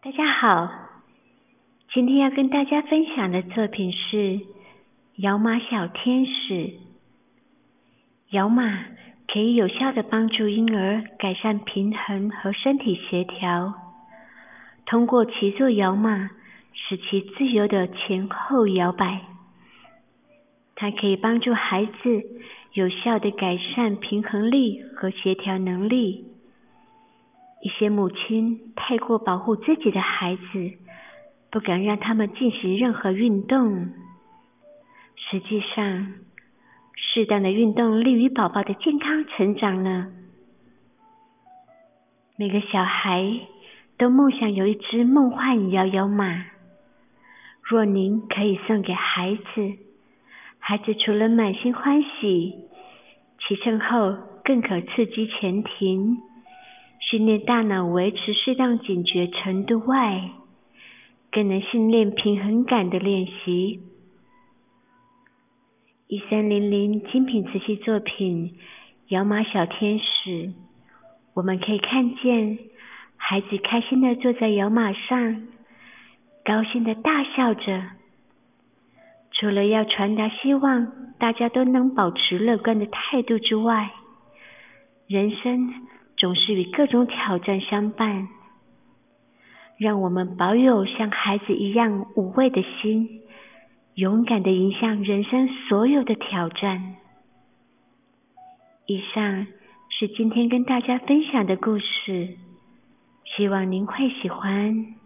大家好，今天要跟大家分享的作品是《摇马小天使》。摇马可以有效地帮助婴儿改善平衡和身体协调，通过骑坐摇马，使其自由地前后摇摆。它可以帮助孩子有效地改善平衡力和协调能力。一些母亲太过保护自己的孩子，不敢让他们进行任何运动。实际上，适当的运动利于宝宝的健康成长呢。每个小孩都梦想有一只梦幻摇摇马。若您可以送给孩子，孩子除了满心欢喜，骑乘后更可刺激前庭，训练大脑维持适当警觉程度外，更能训练平衡感的练习。1300精品瓷器作品《摇马小天使》，我们可以看见孩子开心地坐在摇马上，高兴地大笑着。除了要传达希望大家都能保持乐观的态度之外，人生总是与各种挑战相伴，让我们保有像孩子一样无畏的心，勇敢地迎向人生所有的挑战。以上是今天跟大家分享的故事，希望您会喜欢。